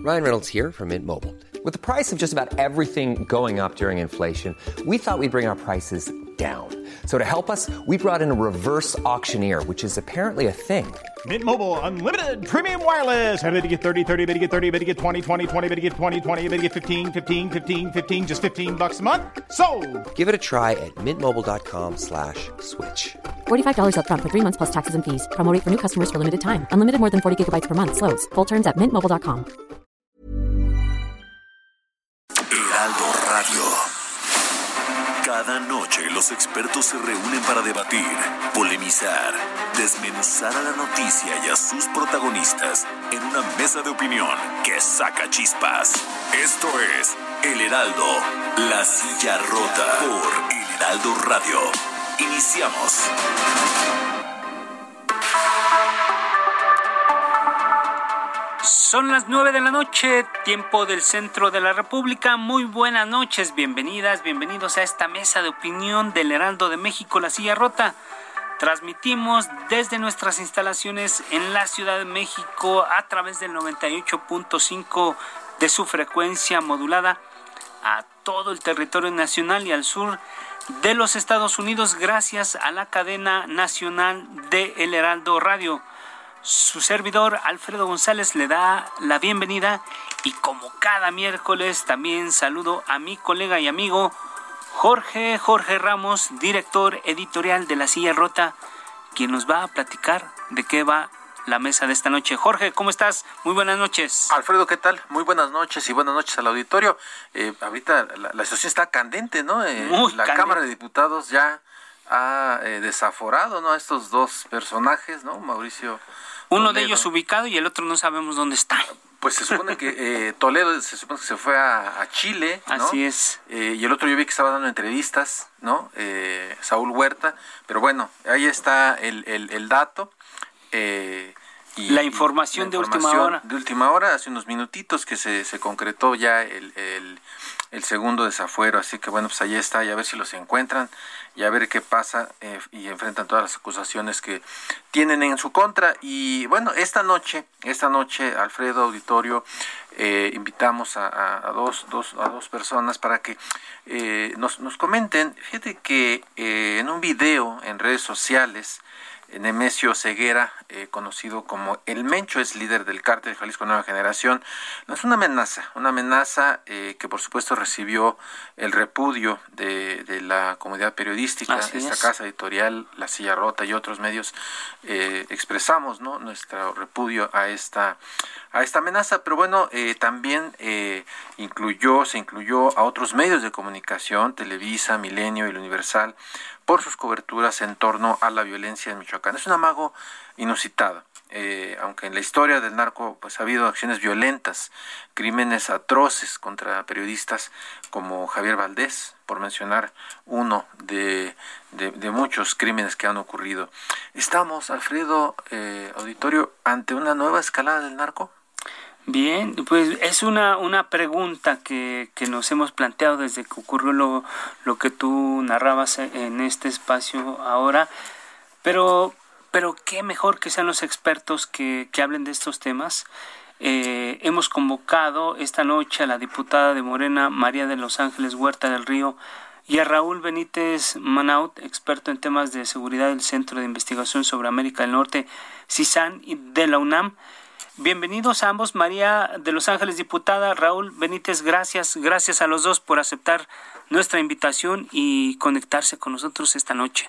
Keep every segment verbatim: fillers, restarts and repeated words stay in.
Ryan Reynolds here from Mint Mobile. With the price of just about everything going up during inflation, we thought we'd bring our prices down. So to help us, we brought in a reverse auctioneer, which is apparently a thing. Mint Mobile Unlimited Premium Wireless. How to get thirty, thirty, how to get thirty, how to get twenty, twenty, twenty, how to get twenty, twenty, how to get fifteen, fifteen, fifteen, fifteen, just fifteen bucks a month? Sold! Give it a try at mintmobile.com slash switch. forty-five dollars up front for three months plus taxes and fees. Promo rate for new customers for limited time. Unlimited more than forty gigabytes per month. Slows full terms at mint mobile dot com. Heraldo Radio. Cada noche los expertos se reúnen para debatir, polemizar, desmenuzar a la noticia y a sus protagonistas en una mesa de opinión que saca chispas. Esto es El Heraldo, La Silla Rota, por El Heraldo Radio. Iniciamos. Son las nueve de la noche, tiempo del centro de la República. Muy buenas noches, bienvenidas, bienvenidos a esta mesa de opinión del Heraldo de México, La Silla Rota. Transmitimos desde nuestras instalaciones en la Ciudad de México a través del noventa y ocho punto cinco de su frecuencia modulada a todo el territorio nacional y al sur de los Estados Unidos, gracias a la cadena nacional de El Heraldo Radio. Su servidor, Alfredo González, le da la bienvenida y como cada miércoles también saludo a mi colega y amigo Jorge, Jorge Ramos, director editorial de La Silla Rota, quien nos va a platicar de qué va la mesa de esta noche. Jorge, ¿cómo estás? Muy buenas noches. Alfredo, ¿qué tal? Muy buenas noches y buenas noches al auditorio. Eh, ahorita la, la situación está candente, ¿no? Eh, Muy la candente. Cámara de Diputados ya ha eh, desaforado, ¿no?, a estos dos personajes, ¿no? Mauricio Uno Toledo. de ellos ubicado y el otro no sabemos dónde está. Pues se supone que eh, Toledo se supone que se fue a, a Chile, ¿no? Así es. Eh, y el otro yo vi que estaba dando entrevistas, ¿no? Eh, Saúl Huerta. Pero bueno, ahí está el, el, el dato. Eh, y, La información y la de última información hora. De última hora, hace unos minutitos que se, se concretó ya el, el, el segundo desafuero. Así que bueno, pues ahí está, y a ver si los encuentran y a ver qué pasa, eh, y enfrentan todas las acusaciones que tienen en su contra. Y bueno, esta noche, esta noche, Alfredo, auditorio, eh, invitamos a, a, a, dos, dos, a dos personas para que eh, nos, nos comenten. Fíjate que eh, en un video en redes sociales, Nemesio Ceguera, eh, conocido como El Mencho, es líder del Cártel Jalisco Nueva Generación. No, es una amenaza, una amenaza eh, que por supuesto recibió el repudio de, de la comunidad periodística. Así esta es. casa editorial, La Silla Rota y otros medios eh, expresamos, ¿no?, nuestro repudio a esta a esta amenaza. Pero bueno, eh, también eh, incluyó, se incluyó a otros medios de comunicación, Televisa, Milenio y El Universal, por sus coberturas en torno a la violencia en Michoacán. Es un amago inusitado. Eh, aunque en la historia del narco pues ha habido acciones violentas, crímenes atroces contra periodistas como Javier Valdés, por mencionar uno de, de, de muchos crímenes que han ocurrido. ¿Estamos, Alfredo, eh, auditorio, ante una nueva escalada del narco? Bien, pues es una, una pregunta que, que nos hemos planteado desde que ocurrió lo, lo que tú narrabas en este espacio ahora, pero, pero qué mejor que sean los expertos que, que hablen de estos temas. Eh, hemos convocado esta noche a la diputada de Morena, María de Los Ángeles Huerta del Río, y a Raúl Benítez Manaut, experto en temas de seguridad del Centro de Investigación sobre América del Norte, CISAN, y de la UNAM. Bienvenidos a ambos, María de Los Ángeles, diputada, Raúl Benítez, gracias, gracias a los dos por aceptar nuestra invitación y conectarse con nosotros esta noche.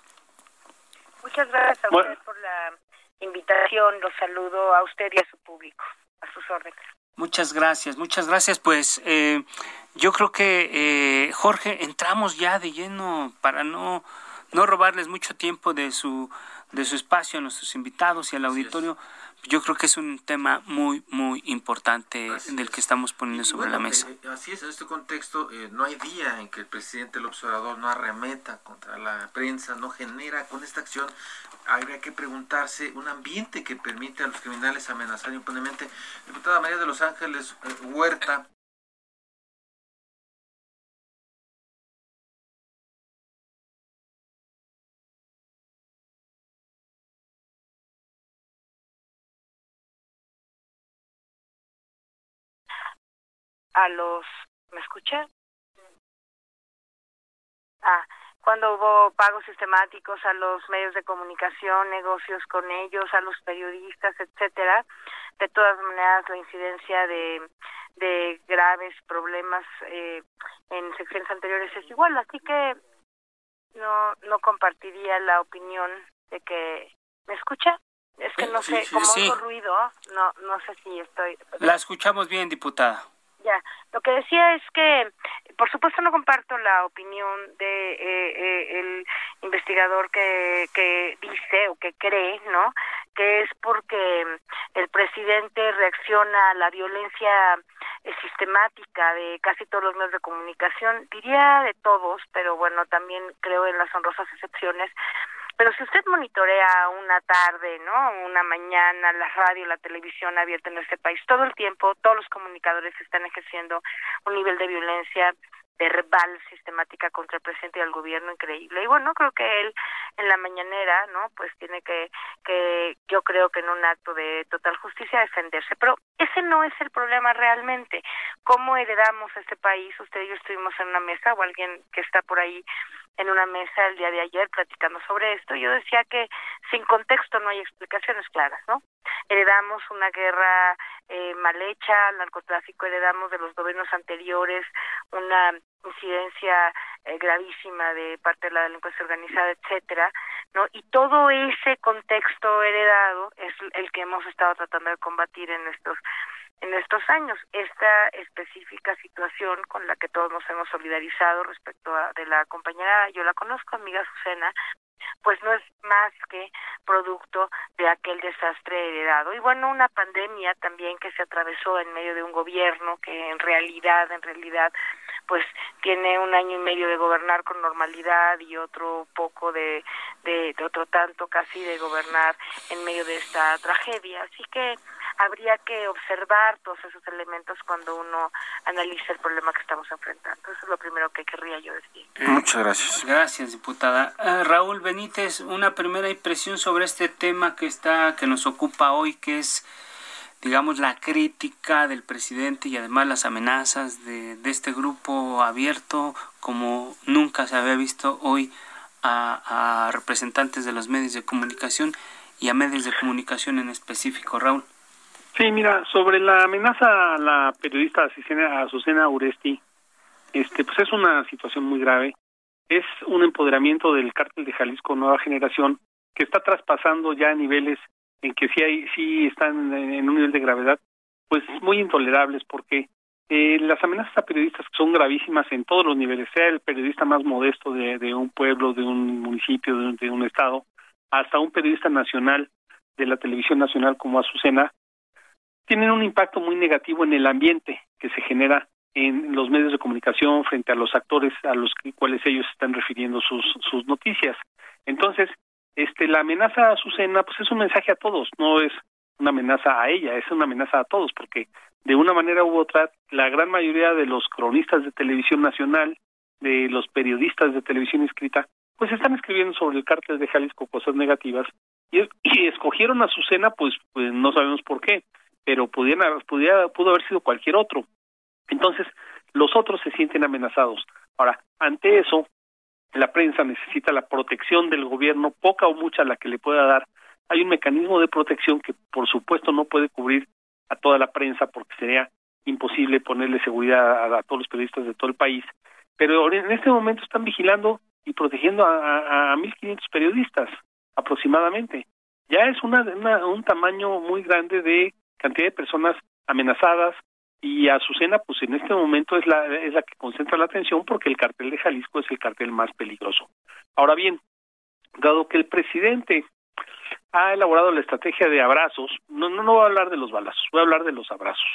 Muchas gracias a Bueno. usted por la invitación, los saludo a usted y a su público, a sus órdenes. Muchas gracias, muchas gracias. Pues eh, yo creo que, eh, Jorge, entramos ya de lleno para no, no robarles mucho tiempo de su, de su espacio a nuestros invitados y al auditorio. Yo creo que es un tema muy, muy importante Así del es. que estamos poniendo Y sobre bueno, la mesa. eh, así es, en este contexto eh, no hay día en que el presidente López Obrador no arremeta contra la prensa, no genera con esta acción. Habría que preguntarse un ambiente que permite a los criminales amenazar impunemente. Diputada María de Los Ángeles eh, Huerta, a los... ¿Me escucha? Ah, cuando hubo pagos sistemáticos a los medios de comunicación, negocios con ellos, a los periodistas, etcétera. De todas maneras, la incidencia de, de graves problemas eh, en secciones anteriores es igual, así que no no compartiría la opinión de que... ¿Me escucha? Es que no sé, sí, sí, como sí. oigo ruido, no no sé si estoy... La escuchamos bien, diputada. Ya, lo que decía es que, por supuesto, no comparto la opinión de eh, eh, el investigador que que dice o que cree, ¿no?, que es porque el presidente reacciona a la violencia eh, sistemática de casi todos los medios de comunicación, diría de todos, pero bueno, también creo en las honrosas excepciones. Pero si usted monitorea una tarde, ¿no?, una mañana, la radio, la televisión abierta en este país, todo el tiempo, todos los comunicadores están ejerciendo un nivel de violencia verbal sistemática contra el presidente y el gobierno increíble. Y bueno, creo que él en la mañanera, ¿no?, pues tiene que, que yo creo que en un acto de total justicia defenderse. Pero ese no es el problema realmente. ¿Cómo heredamos este país? Usted y yo estuvimos en una mesa, o alguien que está por ahí en una mesa el día de ayer platicando sobre esto. Yo decía que sin contexto no hay explicaciones claras, ¿no? Heredamos una guerra eh, mal hecha al narcotráfico, heredamos de los gobiernos anteriores una incidencia eh, gravísima de parte de la delincuencia organizada, etcétera, ¿no? Y todo ese contexto heredado es el que hemos estado tratando de combatir en estos en estos años. Esta específica situación con la que todos nos hemos solidarizado respecto a de la compañera, yo la conozco, amiga Azucena, pues no es más que producto de aquel desastre heredado. Y bueno, una pandemia también que se atravesó en medio de un gobierno que en realidad, en realidad, pues tiene un año y medio de gobernar con normalidad y otro poco de, de, de otro tanto casi de gobernar en medio de esta tragedia. Así que habría que observar todos esos elementos cuando uno analiza el problema que estamos enfrentando. Eso es lo primero que querría yo decir. Muchas gracias. Gracias, diputada. Uh, Raúl Benítez, una primera impresión sobre este tema que está que nos ocupa hoy, que es, digamos, la crítica del presidente y además las amenazas de, de este grupo abierto, como nunca se había visto hoy a, a representantes de los medios de comunicación y a medios de comunicación en específico. Raúl. Sí, mira, sobre la amenaza a la periodista Azucena, Azucena Uresti, este, pues es una situación muy grave. Es un empoderamiento del cártel de Jalisco Nueva Generación que está traspasando ya niveles en que sí hay, sí están en un nivel de gravedad, pues muy intolerables, porque eh, las amenazas a periodistas son gravísimas en todos los niveles, sea el periodista más modesto de, de un pueblo, de un municipio, de un, de un estado, hasta un periodista nacional de la televisión nacional como Azucena, tienen un impacto muy negativo en el ambiente que se genera en los medios de comunicación frente a los actores a los cuales ellos están refiriendo sus sus noticias. Entonces, este la amenaza a Azucena pues es un mensaje a todos, no es una amenaza a ella, es una amenaza a todos, porque de una manera u otra la gran mayoría de los cronistas de televisión nacional, de los periodistas de televisión escrita, pues están escribiendo sobre el cártel de Jalisco cosas negativas y, y escogieron a Azucena pues pues no sabemos por qué, pero pudieran, pudiera, pudo haber sido cualquier otro. Entonces, los otros se sienten amenazados. Ahora, ante eso, la prensa necesita la protección del gobierno, poca o mucha la que le pueda dar. Hay un mecanismo de protección que, por supuesto, no puede cubrir a toda la prensa porque sería imposible ponerle seguridad a, a todos los periodistas de todo el país. Pero en este momento están vigilando y protegiendo a, a, a mil quinientos periodistas, aproximadamente. Ya es una, una un tamaño muy grande de cantidad de personas amenazadas, y Azucena pues en este momento es la es la que concentra la atención porque el cartel de Jalisco es el cartel más peligroso. Ahora bien, dado que el presidente ha elaborado la estrategia de abrazos, no no no voy a hablar de los balazos, voy a hablar de los abrazos.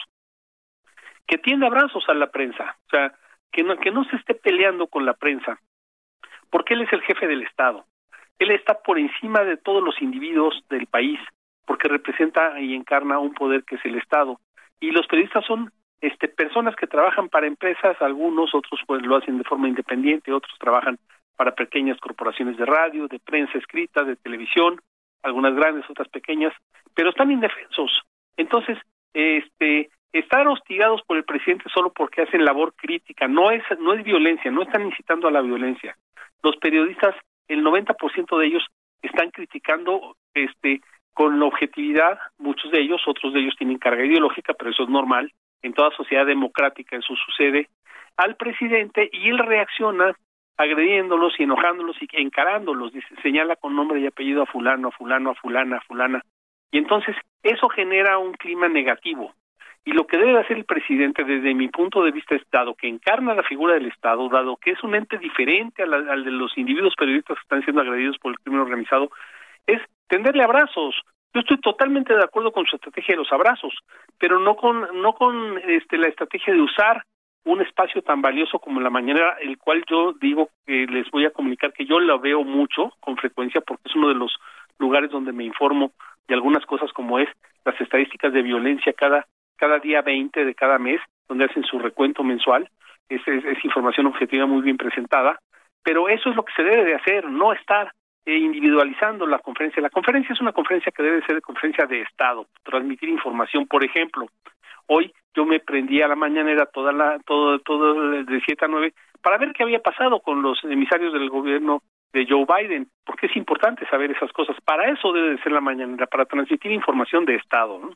Que tiende abrazos a la prensa, o sea, que no que no se esté peleando con la prensa, porque él es el jefe del Estado. Él está por encima de todos los individuos del país, porque representa y encarna un poder que es el Estado. Y los periodistas son este personas que trabajan para empresas, algunos, otros pues lo hacen de forma independiente, otros trabajan para pequeñas corporaciones de radio, de prensa escrita, de televisión, algunas grandes, otras pequeñas, pero están indefensos. Entonces, este estar hostigados por el presidente solo porque hacen labor crítica, no es no es violencia, no están incitando a la violencia. Los periodistas, el noventa por ciento de ellos están criticando este con la objetividad, muchos de ellos, otros de ellos tienen carga ideológica, pero eso es normal, en toda sociedad democrática eso sucede, al presidente, y él reacciona agrediéndolos y enojándolos y encarándolos, dice, señala con nombre y apellido a fulano, a fulano, a fulana, a fulana, y entonces eso genera un clima negativo. Y lo que debe hacer el presidente, desde mi punto de vista, es, dado que encarna la figura del Estado, dado que es un ente diferente a la, al de los individuos periodistas que están siendo agredidos por el crimen organizado, es tenderle abrazos. Yo estoy totalmente de acuerdo con su estrategia de los abrazos, pero no con no con este la estrategia de usar un espacio tan valioso como la mañanera, el cual yo digo que les voy a comunicar que yo lo veo mucho, con frecuencia, porque es uno de los lugares donde me informo de algunas cosas como es las estadísticas de violencia cada cada día veinte de cada mes, donde hacen su recuento mensual. Es, es, es información objetiva muy bien presentada, pero eso es lo que se debe de hacer, no estar eh, individualizando la conferencia. La conferencia es una conferencia que debe ser de conferencia de Estado, transmitir información. Por ejemplo, hoy yo me prendí a la mañanera toda la todo todo de siete a nueve para ver qué había pasado con los emisarios del gobierno de Joe Biden, porque es importante saber esas cosas. Para eso debe de ser la mañanera, para transmitir información de Estado, ¿no?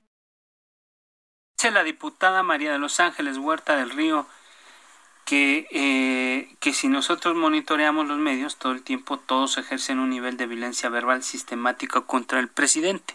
Dice la diputada María de Los Ángeles Huerta del Río que, eh, que si nosotros monitoreamos los medios, todo el tiempo todos ejercen un nivel de violencia verbal sistemática contra el presidente.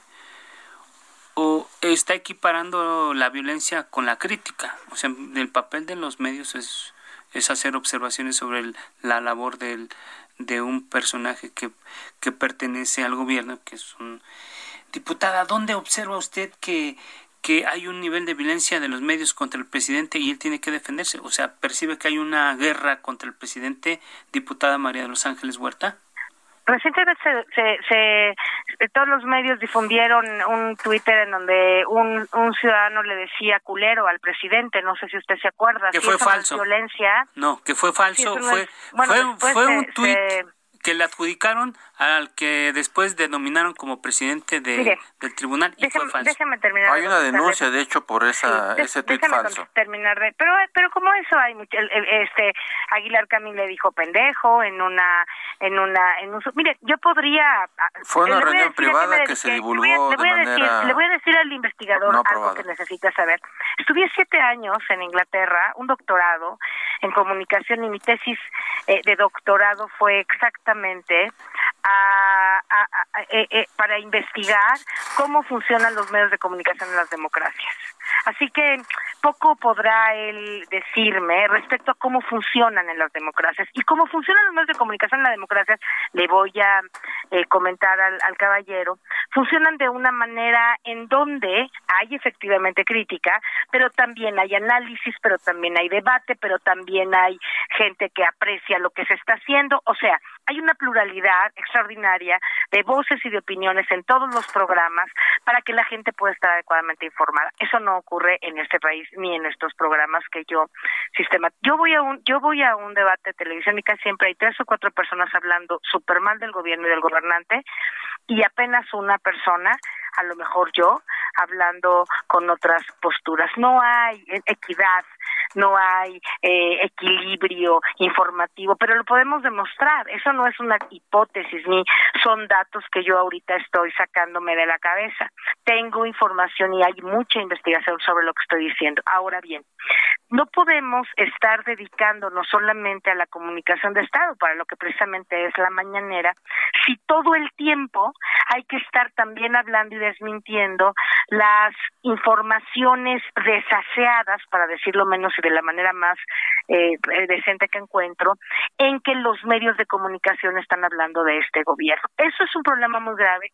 O está equiparando la violencia con la crítica. O sea, el papel de los medios es, es hacer observaciones sobre el, la labor del, de un personaje que, que pertenece al gobierno, que es un... Diputada, ¿dónde observa usted que... que hay un nivel de violencia de los medios contra el presidente y él tiene que defenderse? O sea, ¿percibe que hay una guerra contra el presidente, diputada María de Los Ángeles Huerta? Recientemente se, se, se, todos los medios difundieron un Twitter en donde un, un ciudadano le decía culero al presidente, no sé si usted se acuerda. Que si fue eso falso. No es violencia. No, que fue falso. Si no fue es, bueno, fue, fue se, un tuit se, que le adjudicaron al que después denominaron como presidente de, mire, del tribunal y déjeme, fue falso. Déjeme terminar. Hay una denuncia, de hecho, por esa sí, ese tuit falso. Terminar de, pero pero como eso hay mucho, el, el, este Aguilar Camín le dijo pendejo en una en una en un, mire, yo podría fue una reunión privada que dediqué, se divulgó le voy a, le voy de a manera decir, le voy a decir al investigador no algo que necesita saber. Estudié siete años en Inglaterra, un doctorado en comunicación, y mi tesis eh, de doctorado fue exactamente a, a, a, a, eh, eh, para investigar cómo funcionan los medios de comunicación en las democracias. Así que poco podrá él decirme respecto a cómo funcionan en las democracias. Y cómo funcionan los medios de comunicación en las democracias, le voy a eh, comentar al, al caballero, funcionan de una manera en donde hay efectivamente crítica, pero también hay análisis, pero también hay debate, pero también hay gente que aprecia lo que se está haciendo. O sea, hay una pluralidad extraordinaria de voces y de opiniones en todos los programas para que la gente pueda estar adecuadamente informada. Eso no ocurre en este país ni en estos programas que yo sistema. Yo voy a un yo voy a un debate de televisión y casi siempre hay tres o cuatro personas hablando súper mal del gobierno y del gobernante y apenas una persona, a lo mejor yo, hablando con otras posturas. No hay equidad, no hay eh, equilibrio informativo, pero lo podemos demostrar. Eso no es una hipótesis ni son datos que yo ahorita estoy sacándome de la cabeza. Tengo información y hay mucha investigación sobre lo que estoy diciendo. Ahora bien, no podemos estar dedicándonos solamente a la comunicación de Estado, para lo que precisamente es la mañanera, si todo el tiempo hay que estar también hablando y desmintiendo las informaciones desaseadas, para decirlo menos y de la manera más eh, decente que encuentro, en que los medios de comunicación están hablando de este gobierno. Eso es un problema muy grave.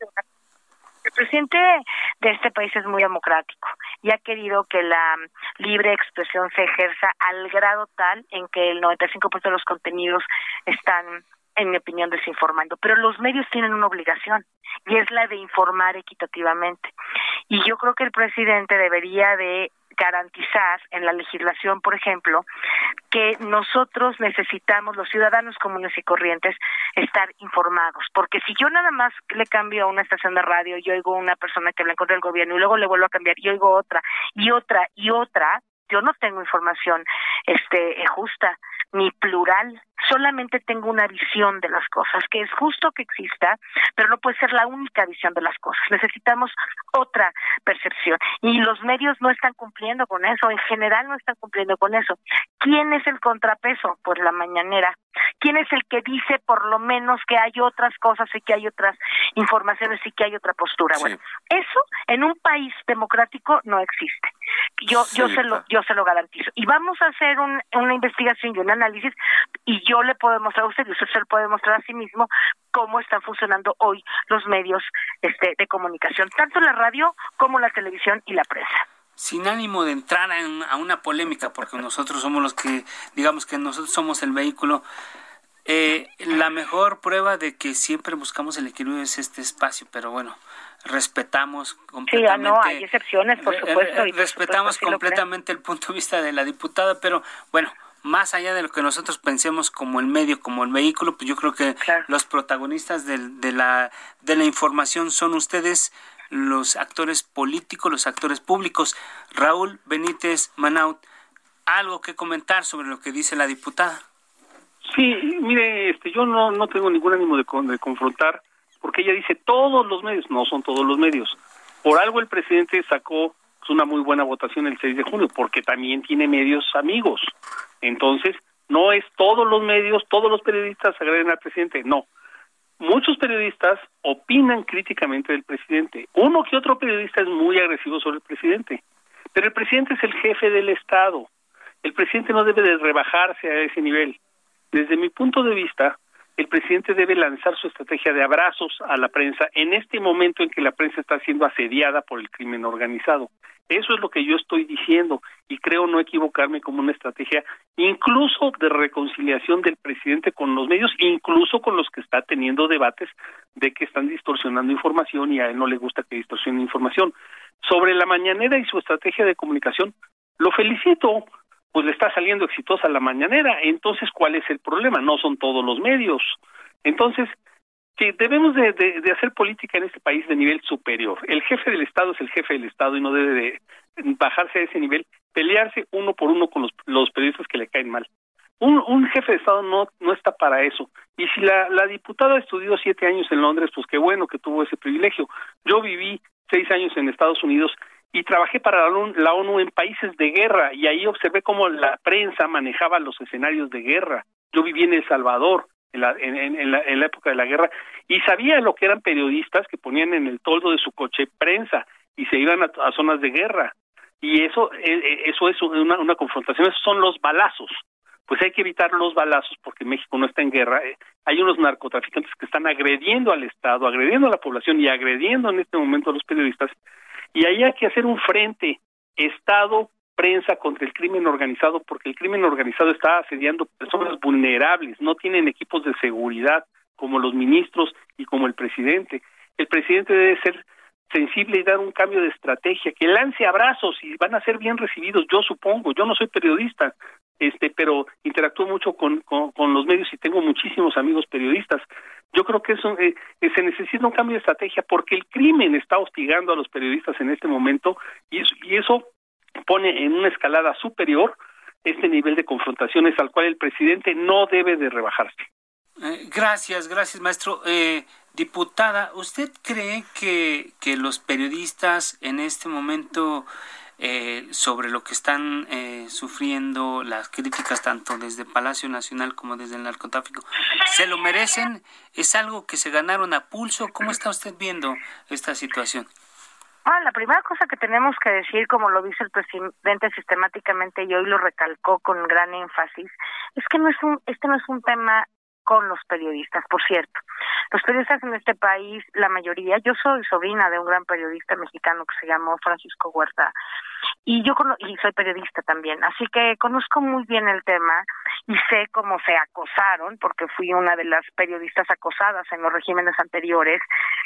El presidente de este país es muy democrático y ha querido que la libre expresión se ejerza al grado tal en que el noventa y cinco por ciento de los contenidos están en mi opinión, desinformando, pero los medios tienen una obligación y es la de informar equitativamente. Y yo creo que el presidente debería de garantizar en la legislación, por ejemplo, que nosotros necesitamos, los ciudadanos comunes y corrientes, estar informados, porque si yo nada más le cambio a una estación de radio y oigo una persona que habla en contra del gobierno y luego le vuelvo a cambiar y oigo otra y otra y otra, yo no tengo información este justa ni plural, solamente tengo una visión de las cosas, que es justo que exista, pero no puede ser la única visión de las cosas. Necesitamos otra percepción y los medios no están cumpliendo con eso, en general no están cumpliendo con eso. ¿Quién es el contrapeso? Pues la mañanera. ¿Quién es el que dice por lo menos que hay otras cosas y que hay otras informaciones y que hay otra postura? Sí. Bueno, eso en un país democrático no existe. Yo sí, yo se lo yo se lo garantizo. Y vamos a hacer un, una investigación y un análisis y yo le puedo mostrar a usted y usted se lo puede mostrar a sí mismo cómo están funcionando hoy los medios este, de comunicación, tanto la radio como la televisión y la prensa. Sin ánimo de entrar en, a una polémica, porque nosotros somos los que, digamos que nosotros somos el vehículo, eh, la mejor prueba de que siempre buscamos el equilibrio es este espacio, pero bueno, respetamos completamente. Sí, no, hay excepciones, por supuesto. Eh, eh, respetamos supuesto, completamente el punto de vista de la diputada, pero bueno, más allá de lo que nosotros pensemos como el medio, como el vehículo, pues yo creo que claro, los protagonistas de, de la de la información son ustedes, los actores políticos, los actores públicos. Raúl Benítez Manaut, ¿algo que comentar sobre lo que dice la diputada? Sí, mire, este, yo no, no tengo ningún ánimo de, de confrontar, porque ella dice todos los medios, no son todos los medios. Por algo el presidente sacó pues, una muy buena votación el seis de junio, porque también tiene medios amigos. Entonces, no es todos los medios, todos los periodistas agreden al presidente, no. Muchos periodistas opinan críticamente del presidente. Uno que otro periodista es muy agresivo sobre el presidente, pero el presidente es el jefe del Estado. El presidente no debe de rebajarse a ese nivel. Desde mi punto de vista, el presidente debe lanzar su estrategia de abrazos a la prensa en este momento en que la prensa está siendo asediada por el crimen organizado. Eso es lo que yo estoy diciendo y creo no equivocarme como una estrategia incluso de reconciliación del presidente con los medios, incluso con los que está teniendo debates de que están distorsionando información y a él no le gusta que distorsionen información. Sobre la mañanera y su estrategia de comunicación, lo felicito, pues le está saliendo exitosa la mañanera. Entonces, ¿cuál es el problema? No son todos los medios. Entonces, que debemos de, de, de hacer política en este país de nivel superior. El jefe del Estado es el jefe del Estado y no debe de bajarse a ese nivel, pelearse uno por uno con los, los periodistas que le caen mal. Un, un jefe de Estado no no está para eso. Y si la, la diputada estudió siete años en Londres, pues qué bueno que tuvo ese privilegio. Yo viví seis años en Estados Unidos y trabajé para la ONU en países de guerra y ahí observé cómo la prensa manejaba los escenarios de guerra. Yo viví en El Salvador en la, en, en, la, en la época de la guerra y sabía lo que eran periodistas que ponían en el toldo de su coche prensa y se iban a, a zonas de guerra y eso eso es una, una confrontación, esos son los balazos. Pues hay que evitar los balazos porque México no está en guerra. Hay unos narcotraficantes que están agrediendo al Estado, agrediendo a la población y agrediendo en este momento a los periodistas. Y ahí hay que hacer un frente Estado, prensa contra el crimen organizado, porque el crimen organizado está asediando personas vulnerables, no tienen equipos de seguridad como los ministros y como el presidente. El presidente debe ser sensible y dar un cambio de estrategia, que lance abrazos y van a ser bien recibidos, yo supongo. Yo no soy periodista, este, pero interactúo mucho con, con, con los medios y tengo muchísimos amigos periodistas. Yo creo que eso eh, se necesita un cambio de estrategia porque el crimen está hostigando a los periodistas en este momento y eso, y eso pone en una escalada superior este nivel de confrontaciones al cual el presidente no debe de rebajarse. Eh, gracias, gracias, maestro. Eh, diputada, ¿usted cree que, que los periodistas en este momento eh, sobre lo que están eh, sufriendo, las críticas tanto desde Palacio Nacional como desde el narcotráfico, se lo merecen? ¿Es algo que se ganaron a pulso? ¿Cómo está usted viendo esta situación? Ah, la primera cosa que tenemos que decir, como lo dice el presidente sistemáticamente y hoy lo recalcó con gran énfasis, es que no es un, este no es un tema con los periodistas. Por cierto, los periodistas en este país, la mayoría, yo soy sobrina de un gran periodista mexicano que se llamó Francisco Huerta, y yo cono- y soy periodista también, así que conozco muy bien el tema y sé cómo se acosaron, porque fui una de las periodistas acosadas en los regímenes anteriores.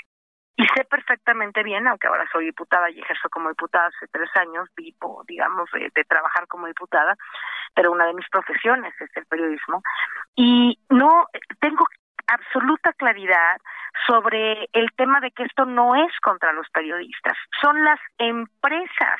Y sé perfectamente bien, aunque ahora soy diputada y ejerzo como diputada hace tres años, vivo, digamos, de, de trabajar como diputada, pero una de mis profesiones es el periodismo. Y no tengo absoluta claridad sobre el tema de que esto no es contra los periodistas, son las empresas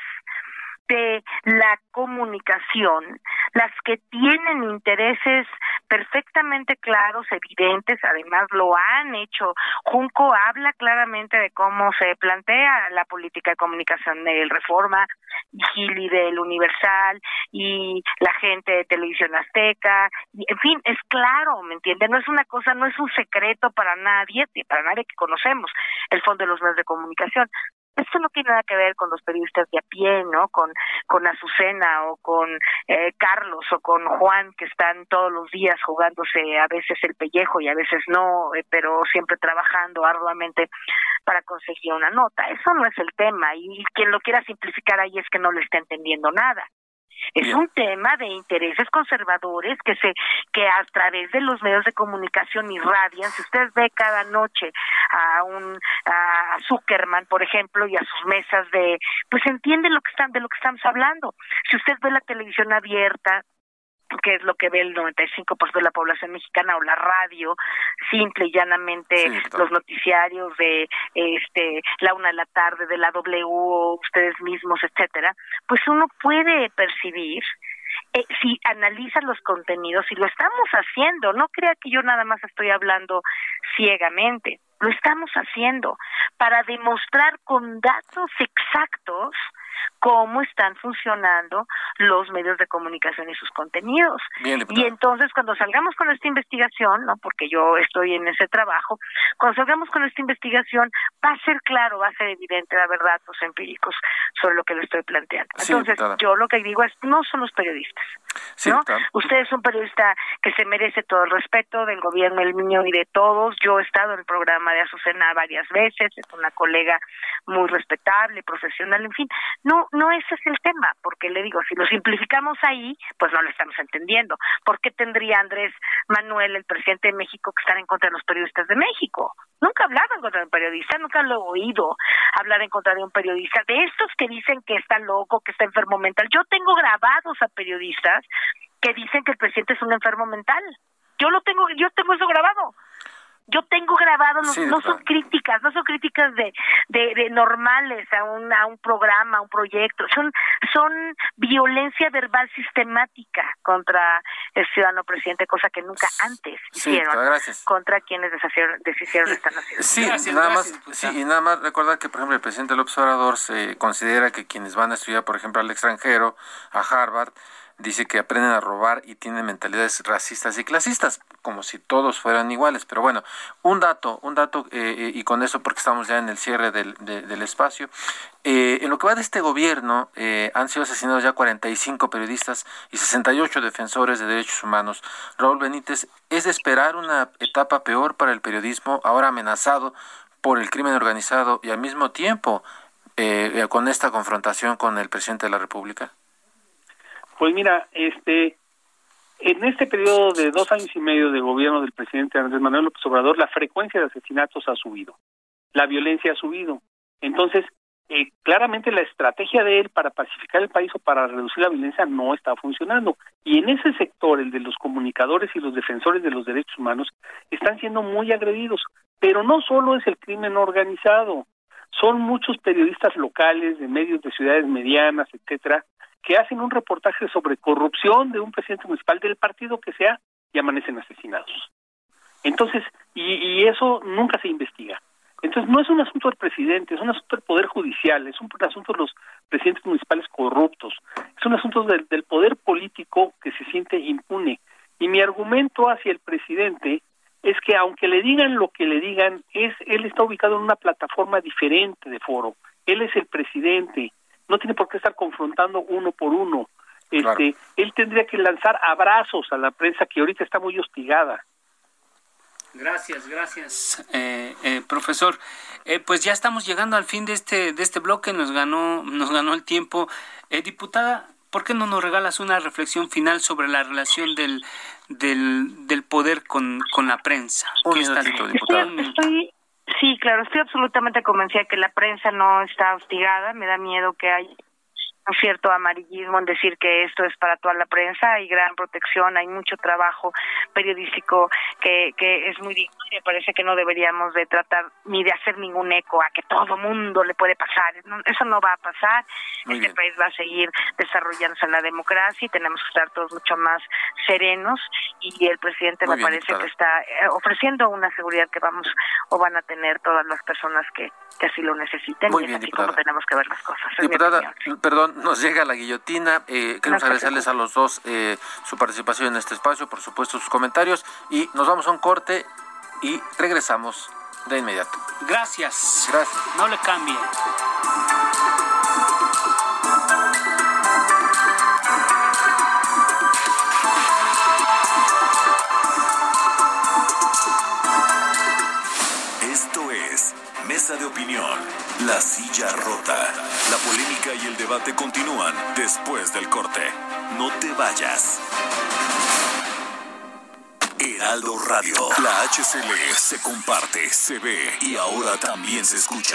de la comunicación las que tienen intereses perfectamente claros, evidentes, además lo han hecho. Junco habla claramente de cómo se plantea la política de comunicación del Reforma, Gili del Universal y la gente de Televisión Azteca, y, en fin, es claro, ¿me entiende? No es una cosa, no es un secreto para nadie, para nadie que conocemos el fondo de los medios de comunicación. Esto no tiene nada que ver con los periodistas de a pie, ¿no? Con con Azucena o con eh, Carlos o con Juan, que están todos los días jugándose a veces el pellejo y a veces no, eh, pero siempre trabajando arduamente para conseguir una nota. Eso no es el tema, y quien lo quiera simplificar ahí es que no le está entendiendo nada. Es Bien. un tema de intereses conservadores que se que a través de los medios de comunicación irradian. Si usted ve cada noche a un a Zuckerman, por ejemplo, y a sus mesas de, pues entiende lo que están de lo que estamos hablando. Si usted ve la televisión abierta, que es lo que ve el noventa y cinco por ciento de la población mexicana, o la radio, simple y llanamente, sí, los noticiarios de este la una de la tarde, de la W, o ustedes mismos, etcétera, pues uno puede percibir, eh, si analiza los contenidos, y lo estamos haciendo, no crea que yo nada más estoy hablando ciegamente, lo estamos haciendo para demostrar con datos exactos cómo están funcionando los medios de comunicación y sus contenidos. Bien, y entonces, cuando salgamos con esta investigación, no, porque yo estoy en ese trabajo, cuando salgamos con esta investigación, va a ser claro, va a ser evidente, va a haber datos empíricos sobre lo que le estoy planteando. Entonces, sí, yo lo que digo es, no son los periodistas, sí, ¿no? Claro. Usted es un periodista que se merece todo el respeto del gobierno, del niño y de todos. Yo he estado en el programa de Azucena varias veces, es una colega muy respetable, profesional, en fin. No, no ese es el tema, porque le digo, si lo simplificamos ahí, pues no lo estamos entendiendo. ¿Por qué tendría Andrés Manuel, el presidente de México, que estar en contra de los periodistas de México? Nunca ha hablado en contra de un periodista, nunca lo he oído hablar en contra de un periodista, de estos que dicen que está loco, que está enfermo mental. Yo tengo grabados a periodistas que dicen que el presidente es un enfermo mental. Yo lo tengo, yo tengo eso grabado. Yo tengo grabado, no, sí, no son críticas, no son críticas de, de, de normales a un, a un programa, a un proyecto, son, son violencia verbal sistemática contra el ciudadano presidente, cosa que nunca antes sí, hicieron gracias. contra quienes deshicieron, deshicieron esta nación. Sí, gracias, nada más, sí, y nada más recordar que, por ejemplo, el presidente López Obrador se considera que quienes van a estudiar, por ejemplo, al extranjero, a Harvard, dice que aprenden a robar y tienen mentalidades racistas y clasistas, como si todos fueran iguales. Pero bueno, un dato, un dato, eh, y con eso porque estamos ya en el cierre del, de, del espacio. Eh, en lo que va de este gobierno, eh, han sido asesinados ya cuarenta y cinco periodistas y sesenta y ocho defensores de derechos humanos. Raúl Benítez, ¿es de esperar una etapa peor para el periodismo, ahora amenazado por el crimen organizado y al mismo tiempo eh, con esta confrontación con el presidente de la República? Pues mira, este, en este periodo de dos años y medio de gobierno del presidente Andrés Manuel López Obrador, la frecuencia de asesinatos ha subido, la violencia ha subido. Entonces, eh, claramente la estrategia de él para pacificar el país o para reducir la violencia no está funcionando. Y en ese sector, el de los comunicadores y los defensores de los derechos humanos, están siendo muy agredidos. Pero no solo es el crimen organizado, son muchos periodistas locales de medios de ciudades medianas, etcétera, que hacen un reportaje sobre corrupción de un presidente municipal del partido que sea y amanecen asesinados. Entonces, y, y eso nunca se investiga. Entonces, no es un asunto del presidente, es un asunto del Poder Judicial, es un asunto de los presidentes municipales corruptos, es un asunto del, del poder político que se siente impune. Y mi argumento hacia el presidente es que aunque le digan lo que le digan, es él está ubicado en una plataforma diferente de foro. Él es el presidente. No tiene por qué estar confrontando uno por uno. Este, claro. Él tendría que lanzar abrazos a la prensa que ahorita está muy hostigada. Gracias, gracias, eh, eh, profesor. Eh, pues ya estamos llegando al fin de este de este bloque, nos ganó nos ganó el tiempo. Eh, diputada, ¿por qué no nos regalas una reflexión final sobre la relación del del, del poder con, con la prensa? Un ¿Qué está minutito, diputada. Estoy, estoy, sí, claro, estoy absolutamente convencida que la prensa no está hostigada. Me da miedo que haya un cierto amarillismo en decir que esto es para toda la prensa. Hay gran protección, hay mucho trabajo periodístico que, que es muy digno. Me parece que no deberíamos de tratar ni de hacer ningún eco a que todo mundo le puede pasar. No, eso no va a pasar. Muy este bien. país va a seguir desarrollándose en la democracia y tenemos que estar todos mucho más serenos, y el presidente Muy me bien, parece diputada. que está eh, ofreciendo una seguridad que vamos o van a tener todas las personas que, que así lo necesiten. Muy y es bien, así diputada. como tenemos que ver las cosas. Es mi Diputada, opinión. perdón, nos llega la guillotina. Eh, queremos No se agradecerles a los dos eh, su participación en este espacio, por supuesto sus comentarios, y nos vamos a un corte y regresamos de inmediato. Gracias. Gracias. No le cambie. Esto es Mesa de Opinión, La Silla Rota. La polémica y el debate continúan después del corte. No te vayas. Heraldo Radio, la H C L se comparte, se ve y ahora también se escucha.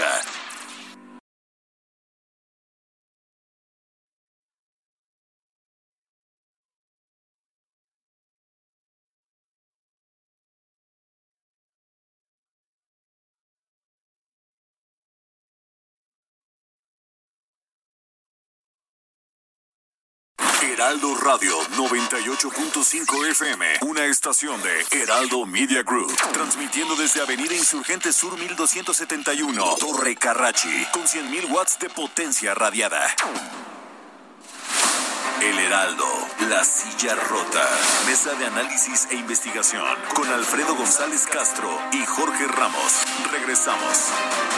Heraldo Radio noventa y ocho punto cinco F M, una estación de Heraldo Media Group, transmitiendo desde Avenida Insurgente Sur mil doscientos setenta y uno, Torre Carrachi, con cien mil watts de potencia radiada. El Heraldo, La Silla Rota, mesa de análisis e investigación, con Alfredo González Castro y Jorge Ramos. Regresamos.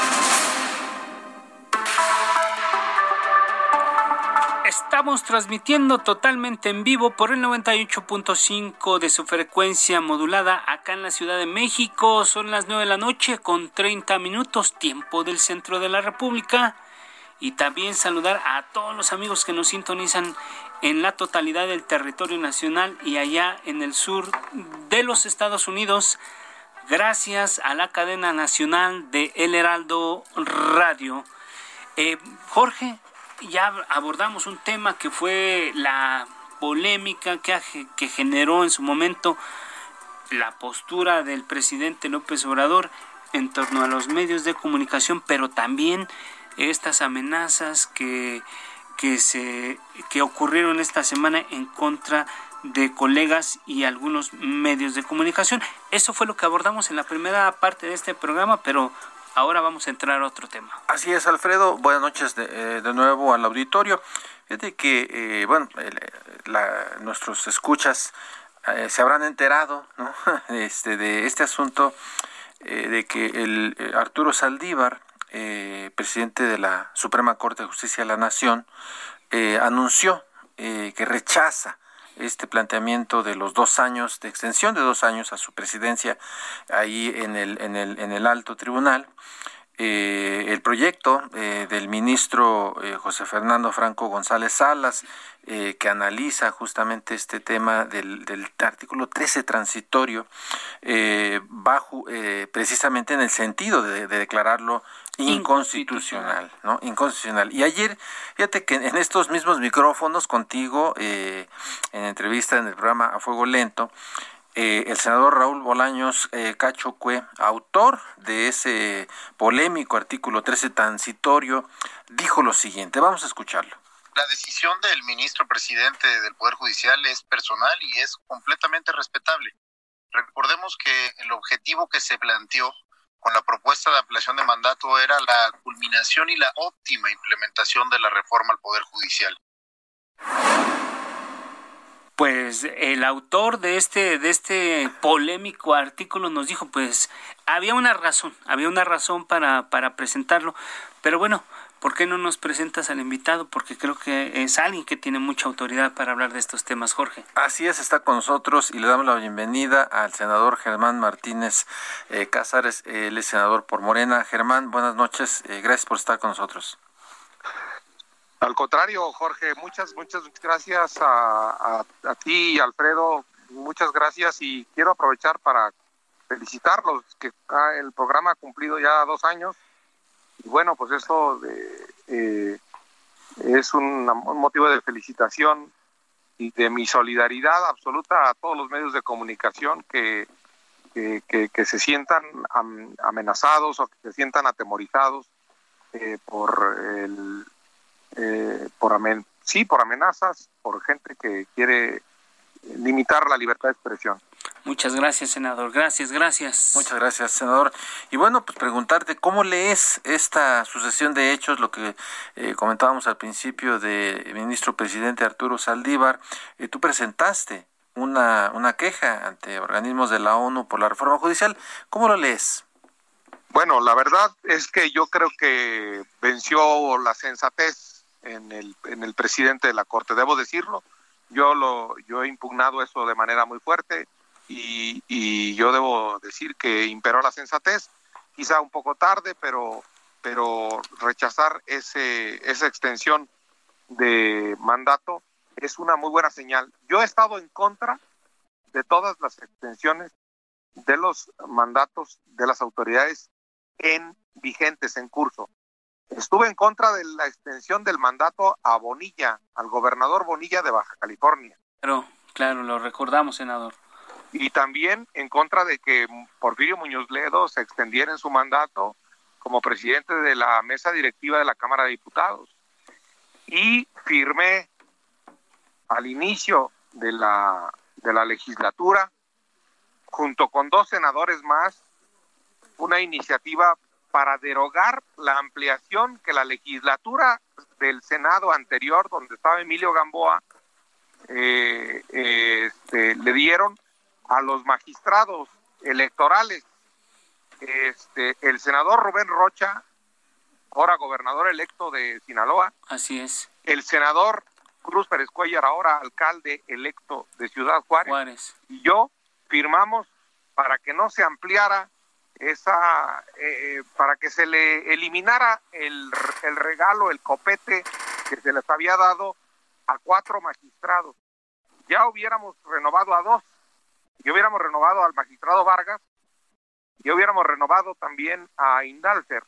Estamos transmitiendo totalmente en vivo por el noventa y ocho punto cinco de su frecuencia modulada acá en la Ciudad de México. Son las nueve de la noche con treinta minutos, tiempo del centro de la República. Y también saludar a todos los amigos que nos sintonizan en la totalidad del territorio nacional y allá en el sur de los Estados Unidos, gracias a la cadena nacional de El Heraldo Radio. Eh, Jorge, ya abordamos un tema que fue la polémica que, que generó en su momento la postura del presidente López Obrador en torno a los medios de comunicación, pero también estas amenazas que, que, se, que ocurrieron esta semana en contra de colegas y algunos medios de comunicación. Eso fue lo que abordamos en la primera parte de este programa, pero ahora vamos a entrar a otro tema. Así es, Alfredo. Buenas noches de, eh, de nuevo al auditorio. Fíjate que, eh, bueno, el, la, nuestros escuchas eh, se habrán enterado, ¿no? este, de este asunto eh, de que el eh, Arturo Saldívar, eh, presidente de la Suprema Corte de Justicia de la Nación, eh, anunció eh, que rechaza este planteamiento de los dos años, de extensión de dos años a su presidencia ahí en el, en el, en el alto tribunal. Eh, el proyecto eh, del ministro eh, José Fernando Franco González Salas, eh, que analiza justamente este tema del, del artículo trece transitorio, eh, bajo eh, precisamente en el sentido de, de declararlo inconstitucional, ¿no? Inconstitucional. Y ayer, fíjate que en estos mismos micrófonos contigo, eh, en entrevista en el programa A Fuego Lento, Eh, el senador Raúl Bolaños eh, Cacho Cue, autor de ese polémico artículo trece transitorio, dijo lo siguiente. Vamos a escucharlo. La decisión del ministro presidente del Poder Judicial es personal y es completamente respetable. Recordemos que el objetivo que se planteó con la propuesta de ampliación de mandato era la culminación y la óptima implementación de la reforma al Poder Judicial. Pues el autor de este de este polémico artículo nos dijo, pues había una razón, había una razón para para presentarlo, pero bueno, ¿por qué no nos presentas al invitado? Porque creo que es alguien que tiene mucha autoridad para hablar de estos temas, Jorge. Así es, está con nosotros y le damos la bienvenida al senador Germán Martínez eh, Cázares, eh, él es senador por Morena. Germán, buenas noches, eh, gracias por estar con nosotros. Al contrario, Jorge, muchas, muchas gracias a, a, a ti y Alfredo, muchas gracias, y quiero aprovechar para felicitarlos, que ah, el programa ha cumplido ya dos años, y bueno, pues eso de, eh, es un, un motivo de felicitación y de mi solidaridad absoluta a todos los medios de comunicación que, que, que, que se sientan am, amenazados o que se sientan atemorizados eh, por el Eh, por amen sí por amenazas, por gente que quiere limitar la libertad de expresión. Muchas gracias, senador. Gracias, gracias. Muchas gracias, senador. Y bueno, pues preguntarte, ¿cómo lees esta sucesión de hechos? Lo que eh, comentábamos al principio del ministro presidente Arturo Saldívar. Eh, tú presentaste una, una queja ante organismos de la ONU por la reforma judicial. ¿Cómo lo lees? Bueno, la verdad es que yo creo que venció la sensatez en el en el presidente de la Corte, debo decirlo. Yo lo yo he impugnado eso de manera muy fuerte y, y yo debo decir que imperó la sensatez, quizá un poco tarde, pero pero rechazar ese esa extensión de mandato es una muy buena señal. Yo he estado en contra de todas las extensiones de los mandatos de las autoridades en vigentes, en curso. Estuve en contra de la extensión del mandato a Bonilla, al gobernador Bonilla de Baja California. Claro, claro, lo recordamos, senador. Y también en contra de que Porfirio Muñoz Ledo se extendiera en su mandato como presidente de la mesa directiva de la Cámara de Diputados. Y firmé al inicio de la, de la legislatura, junto con dos senadores más, una iniciativa para derogar la ampliación que la legislatura del Senado anterior, donde estaba Emilio Gamboa, eh, eh, este, le dieron a los magistrados electorales. Este, el senador Rubén Rocha, ahora gobernador electo de Sinaloa. Así es. El senador Cruz Pérez Cuellar, ahora alcalde electo de Ciudad Juárez. Juárez. Y yo firmamos para que no se ampliara esa, eh, para que se le eliminara el, el regalo, el copete que se les había dado a cuatro magistrados. Ya hubiéramos renovado a dos, ya hubiéramos renovado al magistrado Vargas, ya hubiéramos renovado también a Indalfer.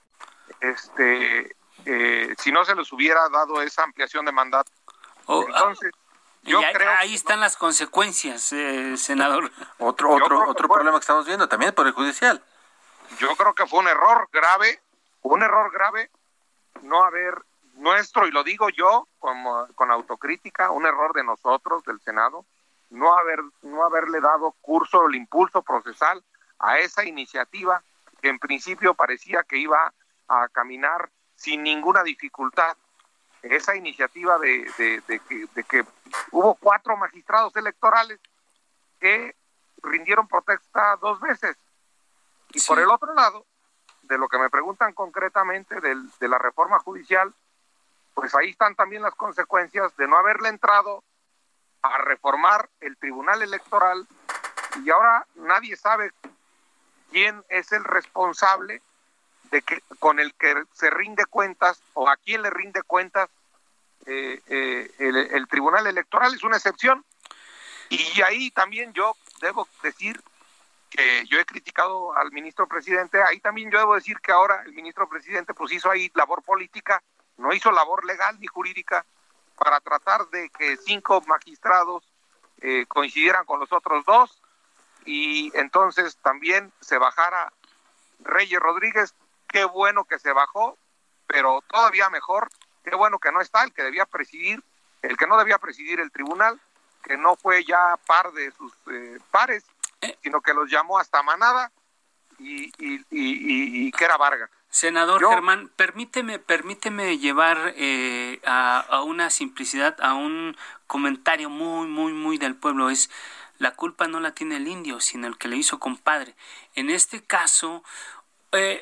Este, eh, si no se les hubiera dado esa ampliación de mandato. Oh, Entonces, y yo ahí, creo ahí que están no. las consecuencias, eh, senador. Otro otro creo que otro fue- problema que estamos viendo también por el judicial. Yo creo que fue un error grave, un error grave no haber nuestro, y lo digo yo como con autocrítica, un error de nosotros, del Senado, no haber no haberle dado curso, el impulso procesal a esa iniciativa que en principio parecía que iba a caminar sin ninguna dificultad. Esa iniciativa de, de, de, que, de que hubo cuatro magistrados electorales que rindieron protesta dos veces. Y Sí. por el otro lado, de lo que me preguntan concretamente del, de la reforma judicial, pues ahí están también las consecuencias de no haberle entrado a reformar el Tribunal Electoral, y ahora nadie sabe quién es el responsable de que con el que se rinde cuentas o a quién le rinde cuentas eh, eh, el, el Tribunal Electoral. Es una excepción. Y ahí también yo debo decir que yo he criticado al ministro presidente, ahí también yo debo decir que ahora el ministro presidente pues hizo ahí labor política, no hizo labor legal ni jurídica para tratar de que cinco magistrados eh, coincidieran con los otros dos, y entonces también se bajara Reyes Rodríguez. Qué bueno que se bajó, pero todavía mejor, qué bueno que no está el que debía presidir, el que no debía presidir el tribunal, que no fue ya par de sus eh, pares, sino que los llamó hasta manada, y, y, y, y, y que era Vargas. Senador Yo- Germán, permíteme, permíteme llevar eh, a, a una simplicidad, a un comentario muy, muy, muy del pueblo. Es, la culpa no la tiene el indio, sino el que le hizo compadre. En este caso, eh,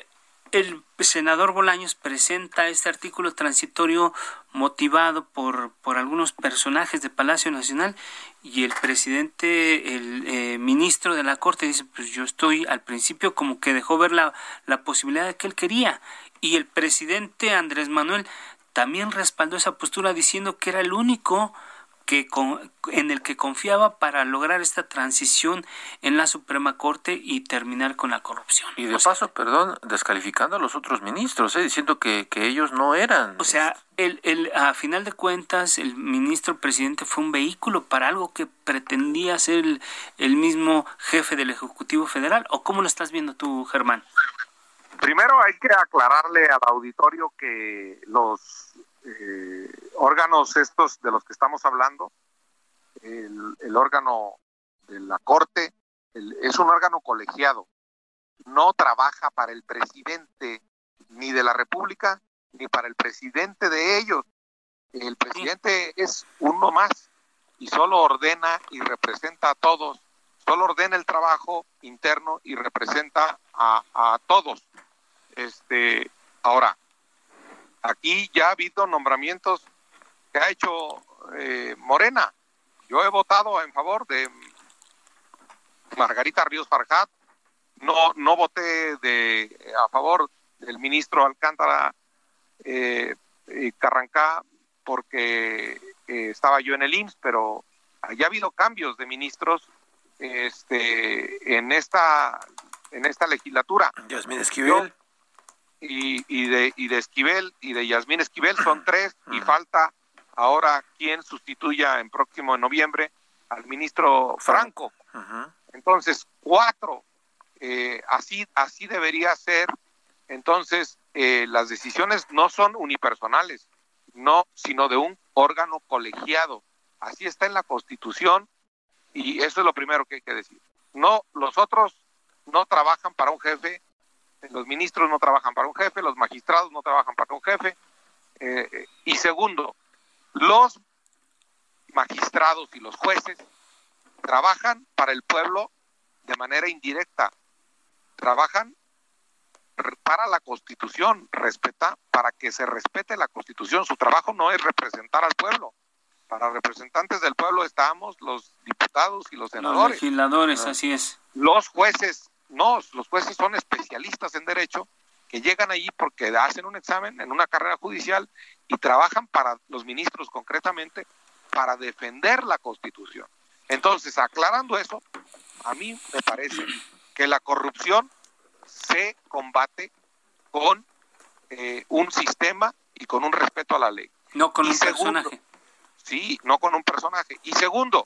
el senador Bolaños presenta este artículo transitorio motivado por, por algunos personajes de Palacio Nacional y el presidente, el eh, ministro de la Corte dice, pues yo estoy al principio como que dejó ver la, la posibilidad de que él quería. Y el presidente Andrés Manuel también respaldó esa postura diciendo que era el único que con, en el que confiaba para lograr esta transición en la Suprema Corte y terminar con la corrupción. Y de o sea, paso, perdón, descalificando a los otros ministros, ¿eh? diciendo que, que ellos no eran. O sea, el, el, a final de cuentas, el ministro presidente fue un vehículo para algo que pretendía ser el, el mismo jefe del Ejecutivo Federal. ¿O cómo lo estás viendo tú, Germán? Primero hay que aclararle al auditorio que los eh, órganos estos de los que estamos hablando, el, el órgano de la Corte, el, es un órgano colegiado, no trabaja para el presidente ni de la República ni para el presidente de ellos. El presidente es uno más y solo ordena y representa a todos, solo ordena el trabajo interno y representa a, a todos. Este, ahora, aquí ya ha habido nombramientos que ha hecho eh, Morena. Yo he votado en favor de Margarita Ríos Farjat, no no voté de a favor del ministro Alcántara eh, eh, Carrancá porque eh, estaba yo en el I M S S, pero ya ha habido cambios de ministros este en esta en esta legislatura. Yasmín Esquivel. Yo, Y, y de y de Esquivel y de Yasmín Esquivel son tres y falta ahora quien sustituya en próximo de noviembre al ministro Franco. Uh-huh. Entonces cuatro, eh, así así debería ser. Entonces eh, las decisiones no son unipersonales, no, sino de un órgano colegiado. Así está en la Constitución y eso es lo primero que hay que decir. No, los otros no trabajan para un jefe. Los ministros no trabajan para un jefe, los magistrados no trabajan para un jefe. Eh, y segundo, los magistrados y los jueces trabajan para el pueblo de manera indirecta. Trabajan para la Constitución, respeta, para que se respete la Constitución. Su trabajo no es representar al pueblo. Para representantes del pueblo estamos los diputados y los senadores. Los legisladores, ¿no? Así es. Los jueces. No, los jueces son especialistas en derecho que llegan allí porque hacen un examen en una carrera judicial y trabajan para los ministros concretamente para defender la Constitución. Entonces, aclarando eso, a mí me parece que la corrupción se combate con eh, un sistema y con un respeto a la ley. No con y un segundo, personaje. Sí, no con un personaje. Y segundo,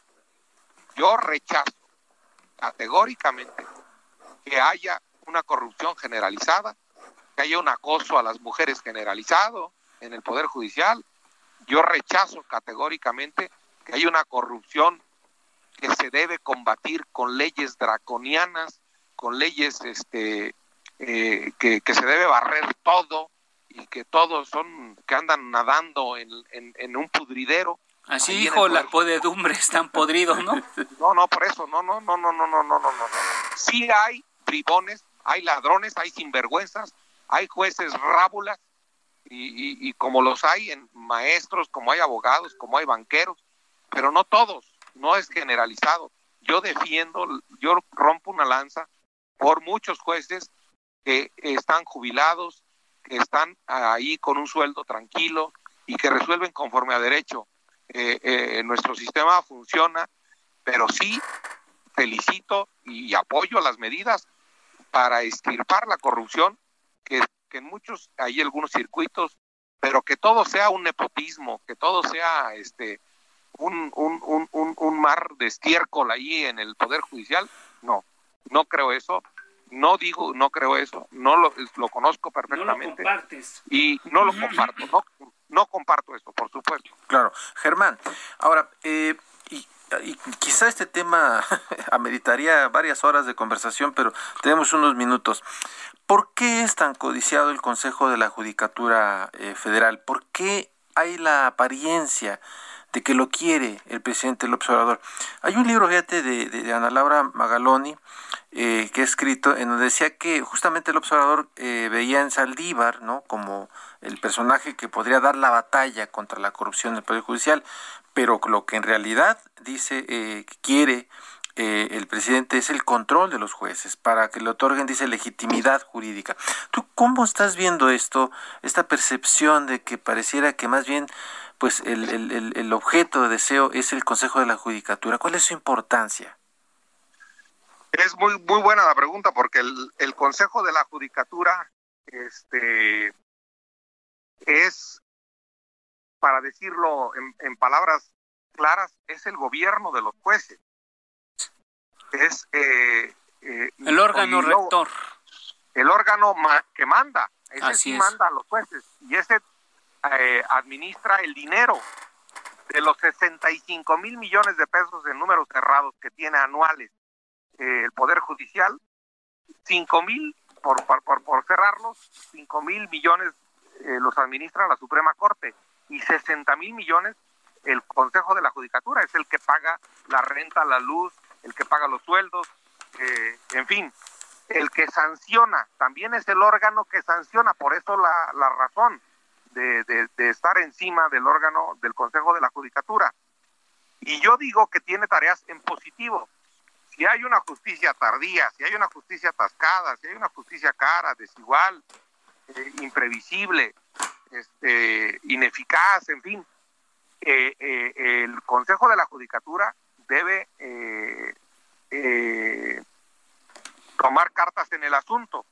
yo rechazo categóricamente que haya una corrupción generalizada, que haya un acoso a las mujeres generalizado en el Poder Judicial. Yo rechazo categóricamente que haya una corrupción que se debe combatir con leyes draconianas, con leyes este eh, que, que se debe barrer todo y que todos son, que andan nadando en, en, en un pudridero. Así dijo la podredumbre, están podridos, ¿no? No, no, por eso, no, no, no, no, no, no, no, no, no. Sí hay bribones, hay ladrones, hay sinvergüenzas, hay jueces rábulas, y, y, y como los hay en maestros, como hay abogados, como hay banqueros, pero no todos, no es generalizado. Yo defiendo, yo rompo una lanza por muchos jueces que están jubilados, que están ahí con un sueldo tranquilo y que resuelven conforme a derecho. Eh, eh, nuestro sistema funciona, pero sí felicito y apoyo las medidas para extirpar la corrupción, que, que en muchos hay algunos circuitos, pero que todo sea un nepotismo, que todo sea este un, un, un, un, un mar de estiércol ahí en el Poder Judicial. No, no creo eso, no digo, no creo eso, no lo, lo conozco perfectamente. No lo compartes. Y no lo comparto, no, no comparto eso, por supuesto. Claro, Germán, ahora, eh, y, y quizá este tema ameritaría varias horas de conversación, pero tenemos unos minutos. ¿Por qué es tan codiciado el Consejo de la Judicatura eh, Federal? ¿Por qué hay la apariencia de que lo quiere el presidente López Obrador? Hay un libro, fíjate, de, de, de Ana Laura Magaloni, eh, que he escrito, en donde decía que justamente el observador eh, veía en Saldívar, ¿no?, como el personaje que podría dar la batalla contra la corrupción del Poder Judicial, pero lo que en realidad dice eh, que quiere eh, el presidente es el control de los jueces para que le otorguen, dice, legitimidad jurídica. ¿Tú cómo estás viendo esto, esta percepción de que pareciera que más bien pues el, el, el, el objeto de deseo es el Consejo de la Judicatura? ¿Cuál es su importancia? Es muy muy buena la pregunta, porque el, el Consejo de la Judicatura este, es, para decirlo en, en palabras claras, es el gobierno de los jueces. Es eh, eh, el órgano luego, rector. El órgano ma- que manda. Ese Así sí es. manda a los jueces. Y ese eh, administra el dinero de los sesenta y cinco mil millones de pesos en números cerrados que tiene anuales eh, el Poder Judicial. cinco mil, por, por, por, por cerrarlos, cinco mil millones eh, los administra la Suprema Corte, y sesenta mil millones el Consejo de la Judicatura. Es el que paga la renta, la luz, el que paga los sueldos, eh, en fin, el que sanciona. También es el órgano que sanciona, por eso la, la razón de, de, de estar encima del órgano del Consejo de la Judicatura. Y yo digo que tiene tareas en positivo. Si hay una justicia tardía, si hay una justicia atascada, si hay una justicia cara, desigual, eh, imprevisible, este, ineficaz, en fin, eh, eh, el Consejo de la Judicatura debe eh, eh, tomar cartas en el asunto.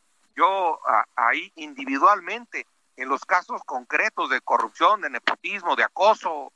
Yo a, ahí individualmente, en los casos concretos de corrupción, de nepotismo, de acoso,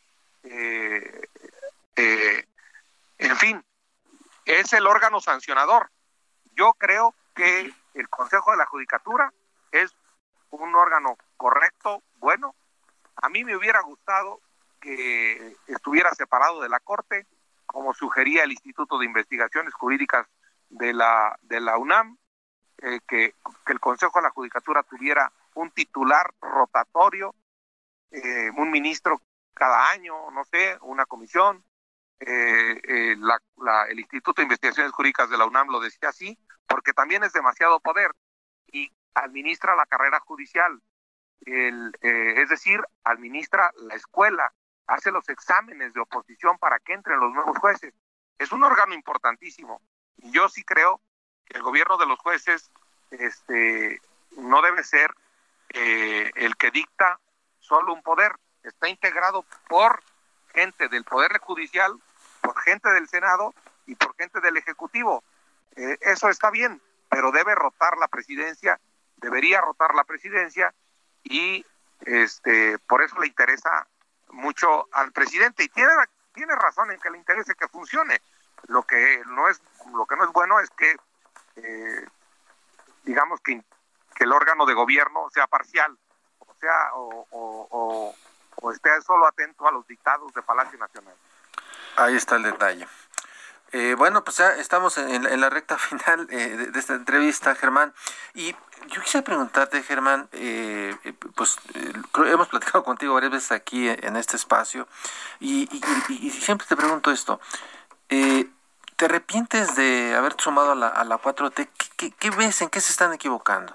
eh, eh, en fin, es el órgano sancionador. Yo creo que el Consejo de la Judicatura es un órgano correcto, bueno. A mí me hubiera gustado que estuviera separado de la Corte, como sugería el Instituto de Investigaciones Jurídicas de la, de la UNAM, eh, que, que el Consejo de la Judicatura tuviera un titular rotatorio, eh, un ministro cada año, no sé, una comisión. Eh, eh, la, la, el Instituto de Investigaciones Jurídicas de la UNAM lo decía así, porque también es demasiado poder y administra la carrera judicial, el, eh, es decir, administra la escuela, hace los exámenes de oposición para que entren los nuevos jueces. Es un órgano importantísimo, y yo sí creo que el gobierno de los jueces este, no debe ser eh, el que dicta solo un poder. Está integrado por gente del Poder Judicial, por gente del Senado y por gente del Ejecutivo. Eh, eso está bien, pero debe rotar la presidencia, debería rotar la presidencia, y este por eso le interesa mucho al presidente, y tiene tiene razón en que le interese que funcione. Lo que no es lo que no es bueno es que eh, digamos que, que el órgano de gobierno sea parcial, o sea, o, o, o, o esté solo atento a los dictados de Palacio Nacional. Ahí está el detalle. Eh, bueno, pues ya estamos en, en la recta final eh, de, de esta entrevista, Germán. Y yo quisiera preguntarte, Germán, eh, pues eh, hemos platicado contigo varias veces aquí en este espacio, y, y, y, y siempre te pregunto esto. Eh, ¿Te arrepientes de haber sumado a la, a la cuatro T? ¿Qué, qué, ¿Qué ves? ¿En qué se están equivocando?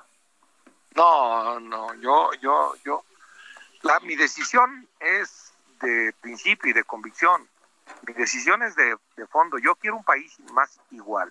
No, no, yo, yo, yo, la, mi decisión es de principio y de convicción. Mi decisión es de, de fondo. Yo quiero un país más igual.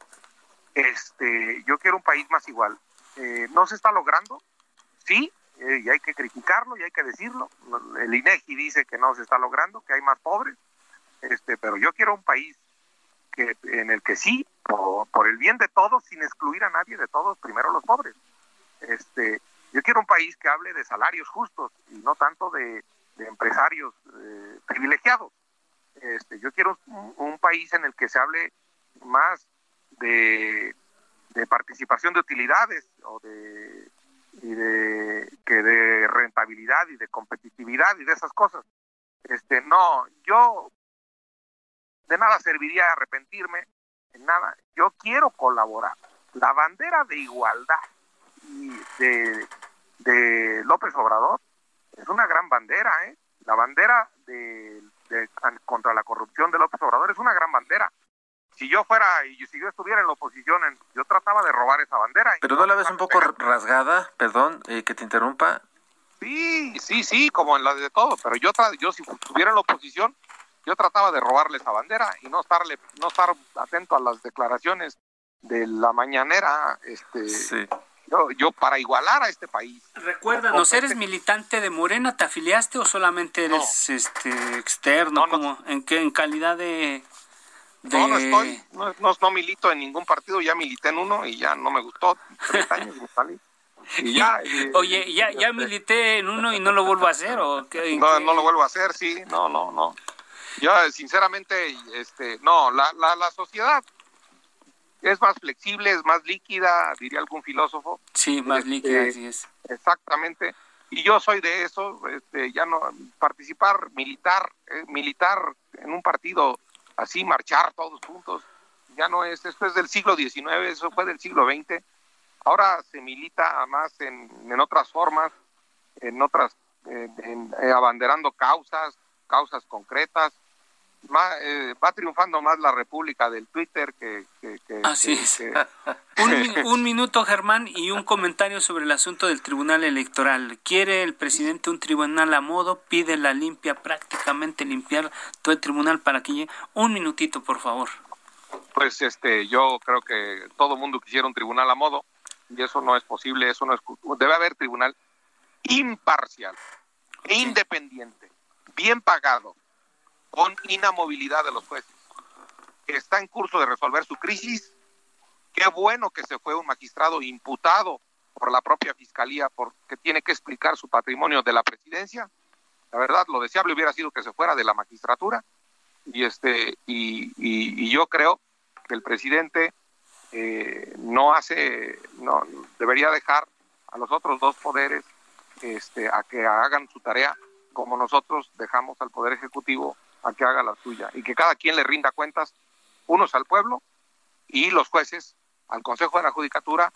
Este, yo quiero un país más igual. Eh, ¿No se está logrando? Sí, eh, y hay que criticarlo y hay que decirlo. El INEGI dice que no se está logrando, que hay más pobres. Este, pero yo quiero un país que en el que sí, por, por el bien de todos, sin excluir a nadie de todos, primero los pobres. Este, yo quiero un país que hable de salarios justos y no tanto de, de empresarios eh, privilegiados. Este, yo quiero un, un país en el que se hable más de, de participación de utilidades o de, y de que de rentabilidad y de competitividad y de esas cosas. Este, no, yo de nada serviría arrepentirme, en nada. Yo quiero colaborar. La bandera de igualdad y de, de López Obrador es una gran bandera, ¿eh? La bandera de, de contra la corrupción de López Obrador es una gran bandera. Si si yo fuera y si yo estuviera en la oposición, yo trataba de robar esa bandera. Pero no la ves un poco rasgada, perdón, eh, que te interrumpa. Sí, sí, sí, como en la de todo, pero yo, tra yo si estuviera en la oposición, yo trataba de robarle esa bandera y no estarle, no estar atento a las declaraciones de la mañanera, este, sí. yo, yo para igualar a este país. Recuérdanos, ¿eres militante de Morena? ¿Te afiliaste o solamente eres no. este externo? No, como no. ¿En qué, en calidad de, de... No, no estoy, no, no, no milito en ningún partido, ya milité en uno y ya no me gustó, tres años me salí. Y ya, y, Oye, ya, ya milité en uno y no lo vuelvo a hacer, ¿o qué? No, no lo vuelvo a hacer, sí, no, no, no. Yo, sinceramente, este, no, la, la, la sociedad es más flexible, es más líquida, diría algún filósofo. Sí, más este, líquida, así es. Exactamente. Y yo soy de eso, este, ya no, participar, militar, eh, militar en un partido así, marchar todos juntos, ya no es, esto es del siglo diecinueve, eso fue del siglo veinte. Ahora se milita más en, en otras formas, en otras, en, en, eh, abanderando causas, causas concretas. Más, eh, va triunfando más la república del Twitter que... que, que Así que, es. Que... un, un minuto, Germán, y un comentario sobre el asunto del Tribunal Electoral. ¿Quiere el presidente un tribunal a modo? ¿Pide la limpia, prácticamente limpiar todo el tribunal para que llegue? Un minutito, por favor. Pues este, yo creo que todo mundo quisiera un tribunal a modo, y eso no es posible, eso no es, debe haber tribunal imparcial, okay. independiente, bien pagado, con inamovilidad de los jueces, que está en curso de resolver su crisis. Qué bueno que se fue un magistrado imputado por la propia fiscalía porque tiene que explicar su patrimonio de la presidencia. La verdad, lo deseable hubiera sido que se fuera de la magistratura, y este y, y, y yo creo que el presidente Eh, no hace, no debería dejar a los otros dos poderes este, a que hagan su tarea, como nosotros dejamos al Poder Ejecutivo a que haga la suya, y que cada quien le rinda cuentas, unos al pueblo y los jueces al Consejo de la Judicatura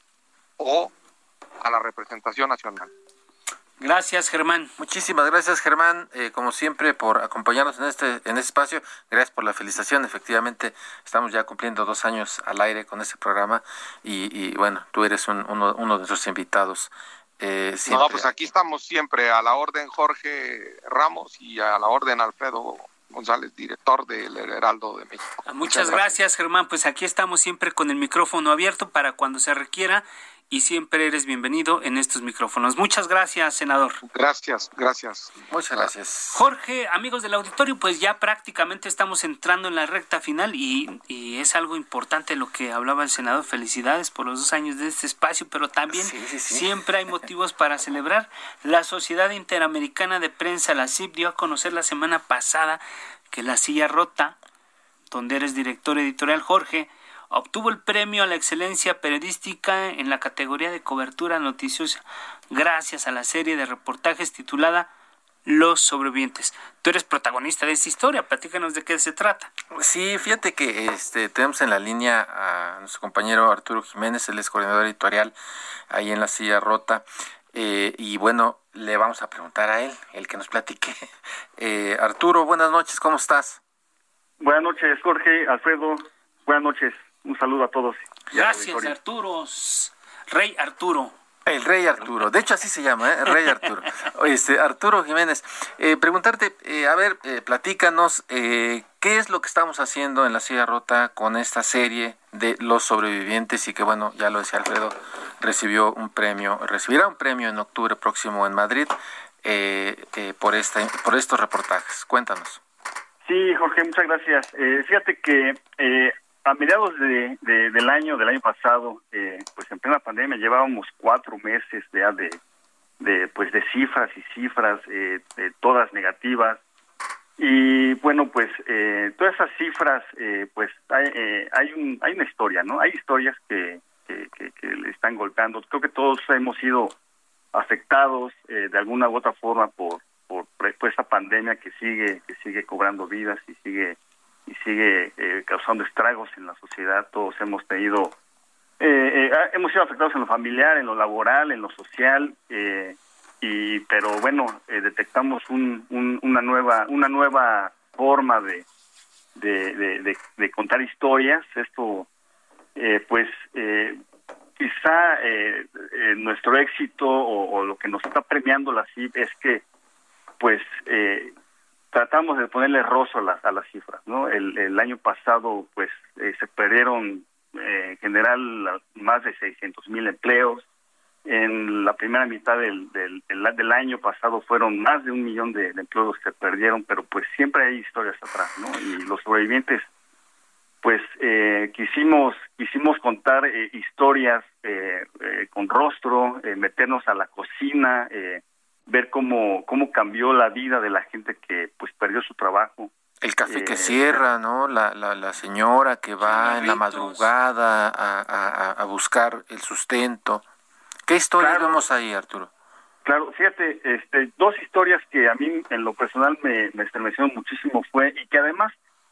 o a la representación nacional. Gracias, Germán. Muchísimas gracias, Germán, eh, como siempre, por acompañarnos en este en este espacio. Gracias por la felicitación. Efectivamente, estamos ya cumpliendo dos años al aire con este programa y, y bueno, tú eres un, uno, uno de nuestros invitados. Eh, siempre... No, pues aquí estamos siempre a la orden, Jorge Ramos, y a la orden, Alfredo González, director del Heraldo de México. Muchas, Muchas gracias, gracias, Germán. Pues aquí estamos siempre con el micrófono abierto para cuando se requiera. Y siempre eres bienvenido en estos micrófonos. Muchas gracias, senador. Gracias, gracias. Muchas gracias. Jorge, amigos del auditorio, pues ya prácticamente estamos entrando en la recta final y, y es algo importante lo que hablaba el senador. Felicidades por los dos años de este espacio, pero también sí, sí, sí. siempre hay motivos para celebrar. La Sociedad Interamericana de Prensa, la C I P, dio a conocer la semana pasada que La Silla Rota, donde eres director editorial, Jorge, obtuvo el premio a la excelencia periodística en la categoría de cobertura noticiosa gracias a la serie de reportajes titulada Los Sobrevivientes. Tú eres protagonista de esta historia, platícanos de qué se trata. Sí, fíjate que este tenemos en la línea a nuestro compañero Arturo Jiménez, él es coordinador editorial ahí en La Silla Rota, eh, y bueno, le vamos a preguntar a él, el que nos platique. Eh, Arturo, buenas noches, ¿cómo estás? Buenas noches, Jorge, Alfredo, buenas noches. Un saludo a todos. Gracias, Arturo. Rey Arturo. El Rey Arturo. De hecho, así se llama, ¿eh? Rey Arturo. Este, Arturo Jiménez, eh, preguntarte, eh, a ver, eh, platícanos, eh, ¿qué es lo que estamos haciendo en La Silla Rota con esta serie de Los Sobrevivientes? Y que, bueno, ya lo decía Alfredo, recibió un premio, recibirá un premio en octubre próximo en Madrid eh, eh, por, esta, por estos reportajes. Cuéntanos. Sí, Jorge, muchas gracias. Eh, fíjate que... Eh, A mediados de, de, del año, del año pasado, eh, pues en plena pandemia llevábamos cuatro meses ya de, de, pues de cifras y cifras, eh, de todas negativas. Y bueno, pues eh, todas esas cifras, eh, pues hay, eh, hay, un, hay una historia, ¿no? Hay historias que, que, que, que le están golpeando. Creo que todos hemos sido afectados eh, de alguna u otra forma por, por, por esta pandemia que sigue, que sigue cobrando vidas y sigue... y sigue eh, causando estragos en la sociedad. Todos hemos tenido, eh, eh, hemos sido afectados en lo familiar, en lo laboral, en lo social, eh, y pero bueno, eh, detectamos un, un, una nueva una nueva forma de de, de, de, de contar historias. Esto, eh, pues, eh, quizá eh, eh, nuestro éxito o, o lo que nos está premiando la C I B es que, pues, eh, tratamos de ponerle rostro a las, a las cifras, ¿no? El, el año pasado, pues, eh, se perdieron eh, en general más de seiscientos mil empleos. En la primera mitad del, del, del año pasado fueron más de un millón de, de empleos que se perdieron, pero pues siempre hay historias atrás, ¿no? Y los sobrevivientes, pues eh, quisimos quisimos contar eh, historias eh, eh, con rostro, eh, meternos a la cocina, eh, ver cómo cómo cambió la vida de la gente que pues perdió su trabajo. El café eh, que cierra, ¿no? La, la, la señora que va en la madrugada a, a, a buscar el sustento. ¿Qué historias claro, vemos ahí, Arturo? Claro, fíjate, este, dos historias que a mí en lo personal me, me estremecieron muchísimo fue, y que además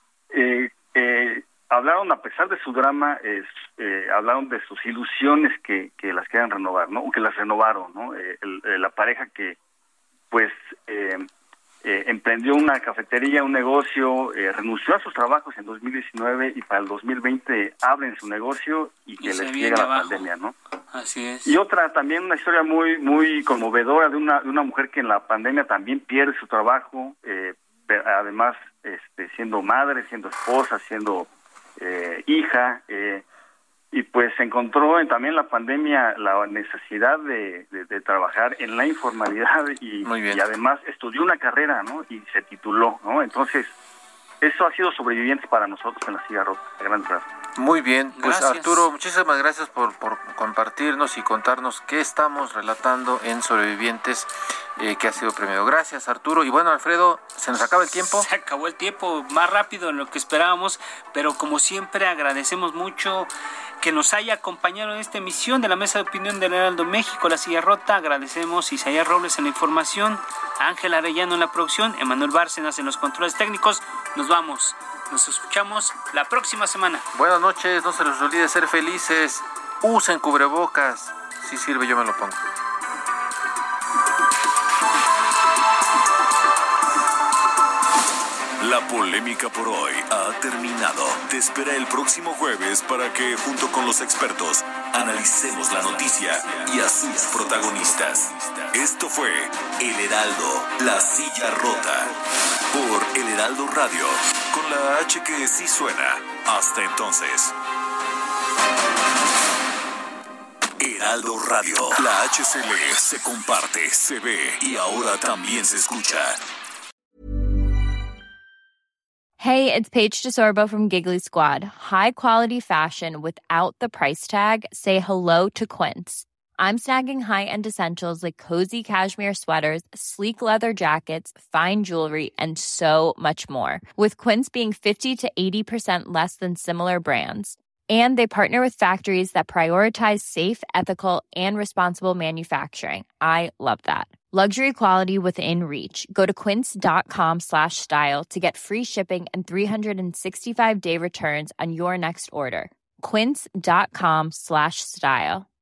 eh, eh, hablaron, a pesar de su drama, eh, eh, hablaron de sus ilusiones que, que las querían renovar, ¿no? O que las renovaron, ¿no? Eh, el, eh, la pareja que, pues, eh, eh, emprendió una cafetería, un negocio, eh, renunció a sus trabajos en dos mil diecinueve y para el dos mil veinte abren su negocio y que y les llega la abajo. pandemia, ¿no? Así es. Y otra también, una historia muy muy conmovedora de una de una mujer que en la pandemia también pierde su trabajo, eh, además este, siendo madre, siendo esposa, siendo eh, hija, eh, y pues encontró en, también la pandemia la necesidad de, de, de trabajar en la informalidad y, y además estudió una carrera, ¿no? Y se tituló, ¿no? Entonces, eso ha sido sobrevivientes para nosotros en la Silla Rota, a grandes rasgos. Muy bien, pues gracias. Arturo, muchísimas gracias por, por compartirnos y contarnos qué estamos relatando en Sobrevivientes, eh, que ha sido premiado. Gracias, Arturo. Y bueno, Alfredo, ¿se nos acaba el tiempo? Se acabó el tiempo, más rápido de lo que esperábamos, pero como siempre agradecemos mucho que nos haya acompañado en esta emisión de la Mesa de Opinión del Heraldo México, La Silla Rota. Agradecemos a Isaías Robles en la información, a Ángel Arellano en la producción, Emanuel Bárcenas en los controles técnicos. Nos vamos. Nos escuchamos la próxima semana. Buenas noches, no se les olvide ser felices. Usen cubrebocas. Si sirve, yo me lo pongo. La polémica por hoy ha terminado. Te espera el próximo jueves para que, junto con los expertos, analicemos la noticia y a sus protagonistas. Esto fue El Heraldo, La Silla Rota, por El Heraldo Radio, con la H que sí suena. Hasta entonces. Heraldo Radio, la H se lee, se comparte, se ve y ahora también se escucha. Hey, it's Paige DeSorbo from Giggly Squad. High quality fashion without the price tag. Say hello to Quince. I'm snagging high-end essentials like cozy cashmere sweaters, sleek leather jackets, fine jewelry, and so much more. With Quince being fifty to eighty percent less than similar brands. And they partner with factories that prioritize safe, ethical, and responsible manufacturing. I love that. Luxury quality within reach. Go to quince.com slash style to get free shipping and three sixty-five day returns on your next order. Quince.com slash style.